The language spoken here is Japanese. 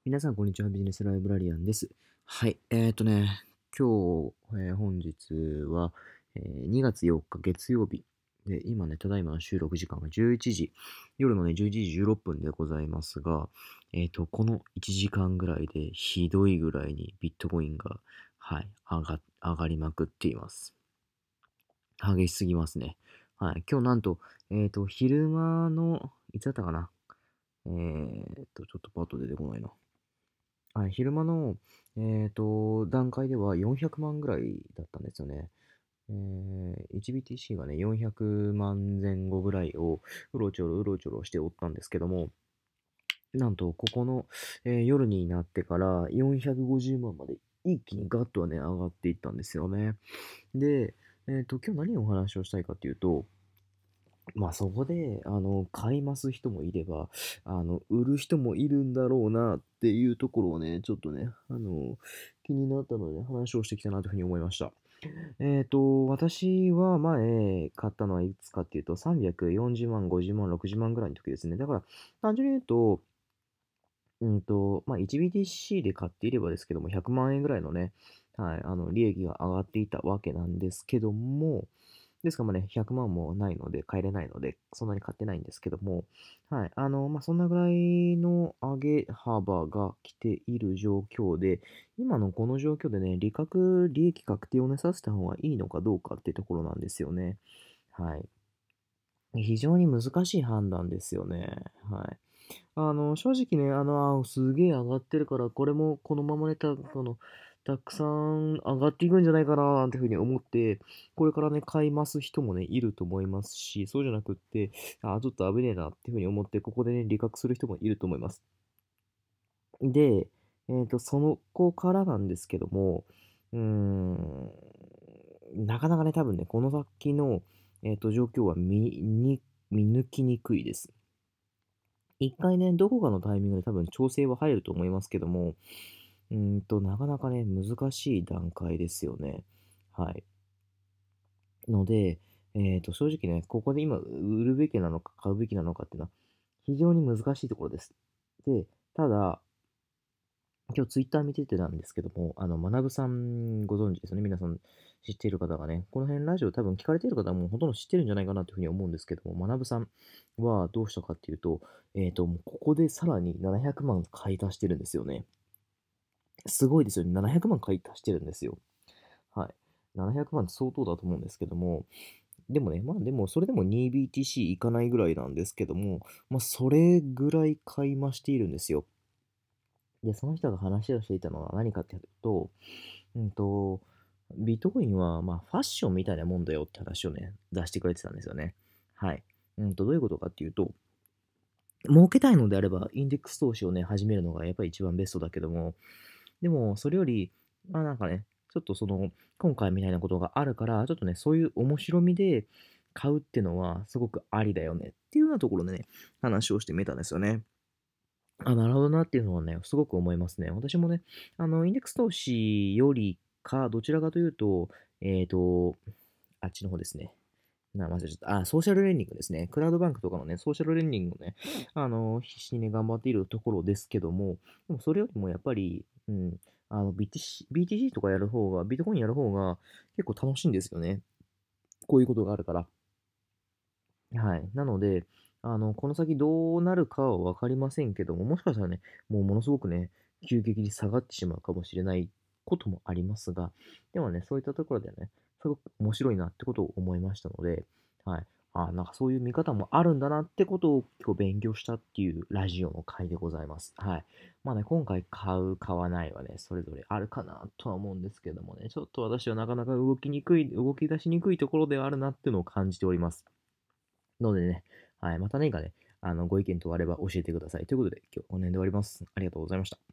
皆さん、こんにちは。ビジネスライブラリアンです。はい。今日、本日は、2月4日月曜日。で、今ね、ただいまの収録時間が11時、夜のね、11時16分でございますが、この1時間ぐらいでひどいぐらいにビットコインが、はい、上がりまくっています。激しすぎますね。はい。今日なんと、昼間の、いつだったかな。ちょっとパッと出てこないな。はい、昼間の、段階では400万ぐらいだったんですよね。1BTC がね、400万前後ぐらいをうろちょろしておったんですけども、なんと、ここの、夜になってから450万まで一気にガッとはね、上がっていったんですよね。で、今日何をお話をしたいかというと、まあそこで、買います人もいれば、売る人もいるんだろうなっていうところをね、ちょっとね、気になったので話をしてきたなというふうに思いました。私は前買ったのはいつかっていうと、340万、50万、60万ぐらいの時ですね。だから、単純に言うと、まあ、1BTC で買っていればですけども、100万円ぐらいのね、はい、利益が上がっていたわけなんですけども、ですからまあね、100万もないので、買えれないので、そんなに買ってないんですけども、はい、まあ、そんなぐらいの上げ幅が来ている状況で、今のこの状況でね、利益確定をね、させた方がいいのかどうかっていうところなんですよね。はい。非常に難しい判断ですよね。はい。正直ね、すげえ上がってるから、これもこのままね、たくさん上がっていくんじゃないかな、なんていうふうに思って、これからね、買います人もね、いると思いますし、そうじゃなくって、ちょっと危ねえなっていうふうに思って、ここでね、利確する人もいると思います。で、その子からなんですけども、うーん、なかなかね、多分ね、この先の、状況は見抜きにくいです。一回ね、どこかのタイミングで多分調整は入ると思いますけども、なかなかね、難しい段階ですよね。はい。ので、正直ね、ここで今、売るべきなのか買うべきなのかっていうのは、非常に難しいところです。で、ただ、今日ツイッター見ててなんですけども、学さんご存知ですよね。皆さん知っている方がね、この辺ラジオ多分聞かれている方はもうほとんど知ってるんじゃないかなというふうに思うんですけども、学さんはどうしたかっていうと、もうここでさらに700万買い足してるんですよね。すごいですよね。700万買い足してるんですよ。はい。700万って相当だと思うんですけども、でもね、まあでも、それでも 2BTC いかないぐらいなんですけども、まあそれぐらい買い増しているんですよ。で、その人が話をしていたのは何かっていうと、うんと、ビットコインは、まあ、ファッションみたいなもんだよって話をね、出してくれてたんですよね。はい。どういうことかっていうと、儲けたいのであれば、インデックス投資をね、始めるのがやっぱり一番ベストだけども、でも、それより、まあなんかね、ちょっと今回みたいなことがあるから、ちょっとね、そういう面白みで買うっていうのは、すごくありだよねっていうようなところでね、話をしてみたんですよね。なるほどなっていうのはね、すごく思いますね。私もね、インデックス投資よりか、どちらかというと、えっと、あっちの方ですね。忘れちゃった。ソーシャルレンディングですね。クラウドバンクとかのね、ソーシャルレンディングをね、必死にね、頑張っているところですけども、でもそれよりもやっぱり、BTC とかやる方が、ビットコインやる方が結構楽しいんですよね。こういうことがあるから。はい。なので、この先どうなるかはわかりませんけども、もしかしたらね、もうものすごくね、急激に下がってしまうかもしれないこともありますが、でもね、そういったところでね、すごく面白いなってことを思いましたので、はい。なんかそういう見方もあるんだなってことを今日勉強したっていうラジオの回でございます。はい。まあね、今回買う、買わないはね、それぞれあるかなとは思うんですけどもね、ちょっと私はなかなか動き出しにくいところではあるなっていうのを感じております。のでね、はい、また何かね、ご意見等あれば教えてください。ということで、今日はこの辺で終わります。ありがとうございました。